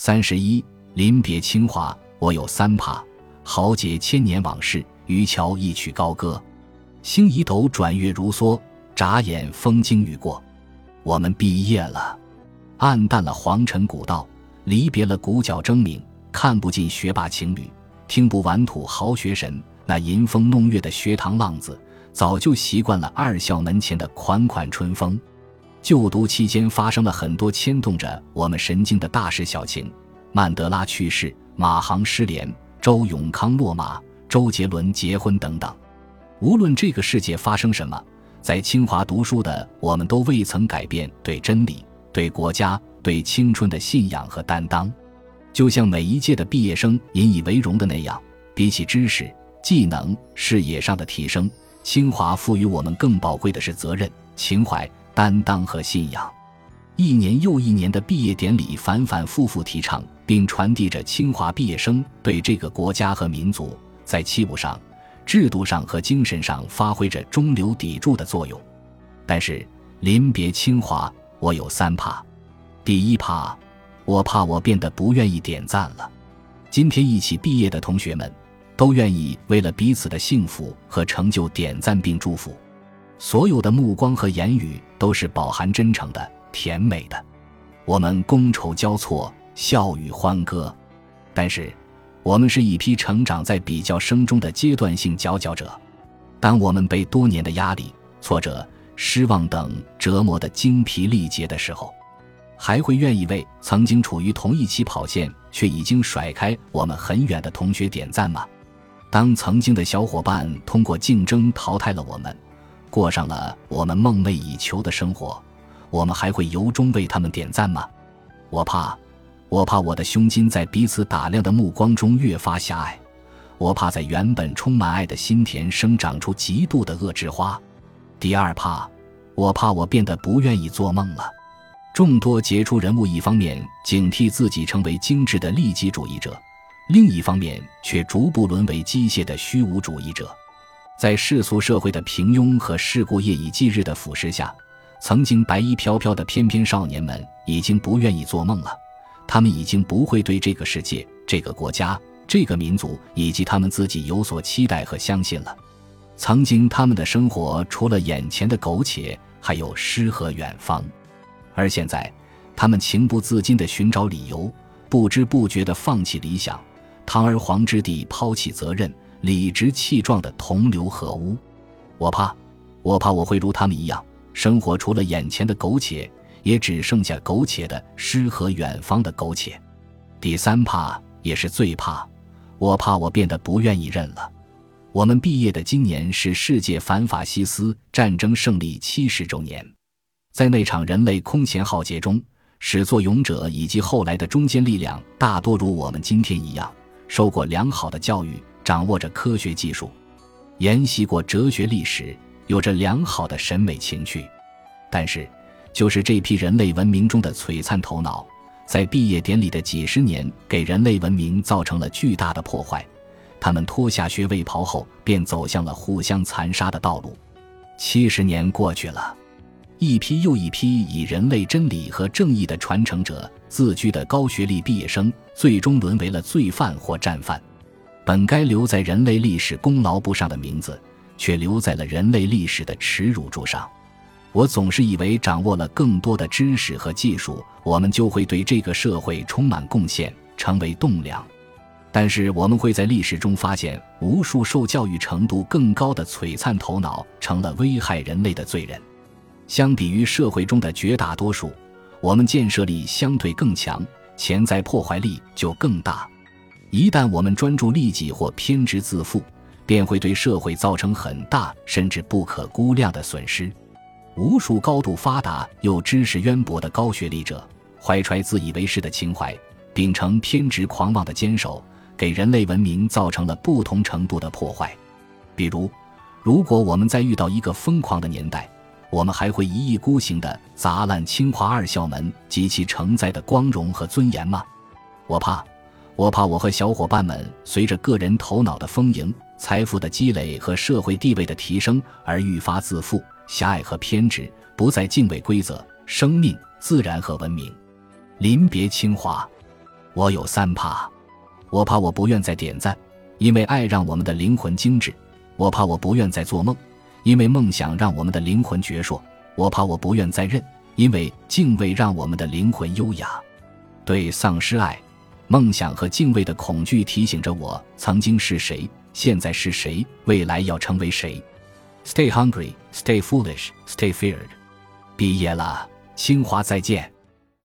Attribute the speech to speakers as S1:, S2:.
S1: 31临别清华，我有三怕：豪杰千年往事，渔樵一曲高歌。星移斗转月如梭，眨眼风经雨过。我们毕业了，暗淡了黄尘古道，离别了鼓角争鸣，看不尽学霸情侣，听不完土豪学神。那吟风弄月的学堂浪子，早就习惯了二校门前的款款春风。就读期间发生了很多牵动着我们神经的大事小情，曼德拉去世，马航失联，周永康落马，周杰伦结婚等等。无论这个世界发生什么，在清华读书的我们都未曾改变对真理、对国家、对青春的信仰和担当。就像每一届的毕业生引以为荣的那样，比起知识、技能、视野上的提升，清华赋予我们更宝贵的是责任、情怀、担当和信仰。一年又一年的毕业典礼反反复复提倡并传递着清华毕业生对这个国家和民族在器物上、制度上和精神上发挥着中流砥柱的作用。但是临别清华，我有三怕。第一怕，我怕我变得不愿意点赞了。今天一起毕业的同学们都愿意为了彼此的幸福和成就点赞并祝福，所有的目光和言语都是饱含真诚的、甜美的。我们觥筹交错，笑语欢歌。但是我们是一批成长在比较声中的阶段性佼佼者，当我们被多年的压力、挫折、失望等折磨得精疲力竭的时候，还会愿意为曾经处于同一起跑线却已经甩开我们很远的同学点赞吗？当曾经的小伙伴通过竞争淘汰了我们，过上了我们梦寐以求的生活，我们还会由衷为他们点赞吗？我怕我的胸襟在彼此打量的目光中越发狭隘，我怕在原本充满爱的心田生长出极度的恶之花。第二怕，我怕我变得不愿意做梦了。众多杰出人物一方面警惕自己成为精致的利己主义者，另一方面却逐步沦为机械的虚无主义者。在世俗社会的平庸和世故夜以继日的腐蚀下，曾经白衣飘飘的翩翩少年们已经不愿意做梦了，他们已经不会对这个世界、这个国家、这个民族以及他们自己有所期待和相信了。曾经他们的生活除了眼前的苟且，还有诗和远方。而现在他们情不自禁地寻找理由，不知不觉地放弃理想，堂而皇之地抛弃责任，理直气壮地同流合污。我怕我会如他们一样，生活除了眼前的苟且，也只剩下苟且的诗和远方的苟且。第三怕，也是最怕，我怕我变得不愿意认了。我们毕业的今年是世界反法西斯战争胜利70周年。在那场人类空前浩劫中，始作俑者以及后来的中坚力量大多如我们今天一样，受过良好的教育，掌握着科学技术，研习过哲学历史，有着良好的审美情趣。但是就是这批人类文明中的璀璨头脑，在毕业典礼的几十年给人类文明造成了巨大的破坏。他们脱下学位袍后便走向了互相残杀的道路。70年过去了，一批又一批以人类真理和正义的传承者自居的高学历毕业生，最终沦为了罪犯或战犯。本该留在人类历史功劳簿上的名字，却留在了人类历史的耻辱柱上。我总是以为掌握了更多的知识和技术，我们就会对这个社会充满贡献，成为栋梁。但是我们会在历史中发现，无数受教育程度更高的璀璨头脑成了危害人类的罪人。相比于社会中的绝大多数，我们建设力相对更强，潜在破坏力就更大。一旦我们专注利己或偏执自负，便会对社会造成很大甚至不可估量的损失。无数高度发达又知识渊博的高学历者，怀揣自以为是的情怀，秉承偏执狂妄的坚守，给人类文明造成了不同程度的破坏。比如，如果我们再遇到一个疯狂的年代，我们还会一意孤行地砸烂清华二校门及其承载的光荣和尊严吗？我怕我和小伙伴们随着个人头脑的丰盈、财富的积累和社会地位的提升而愈发自负、狭隘和偏执，不再敬畏规则、生命、自然和文明。临别清华， 我有3怕。我怕我不愿再点赞，因为爱让我们的灵魂精致；我怕我不愿再做梦，因为梦想让我们的灵魂矍铄；我怕我不愿再认，因为敬畏让我们的灵魂优雅。对丧失爱、梦想和敬畏的恐惧提醒着我曾经是谁，现在是谁，未来要成为谁。Stay hungry, stay foolish, stay feared。毕业了，清华再见。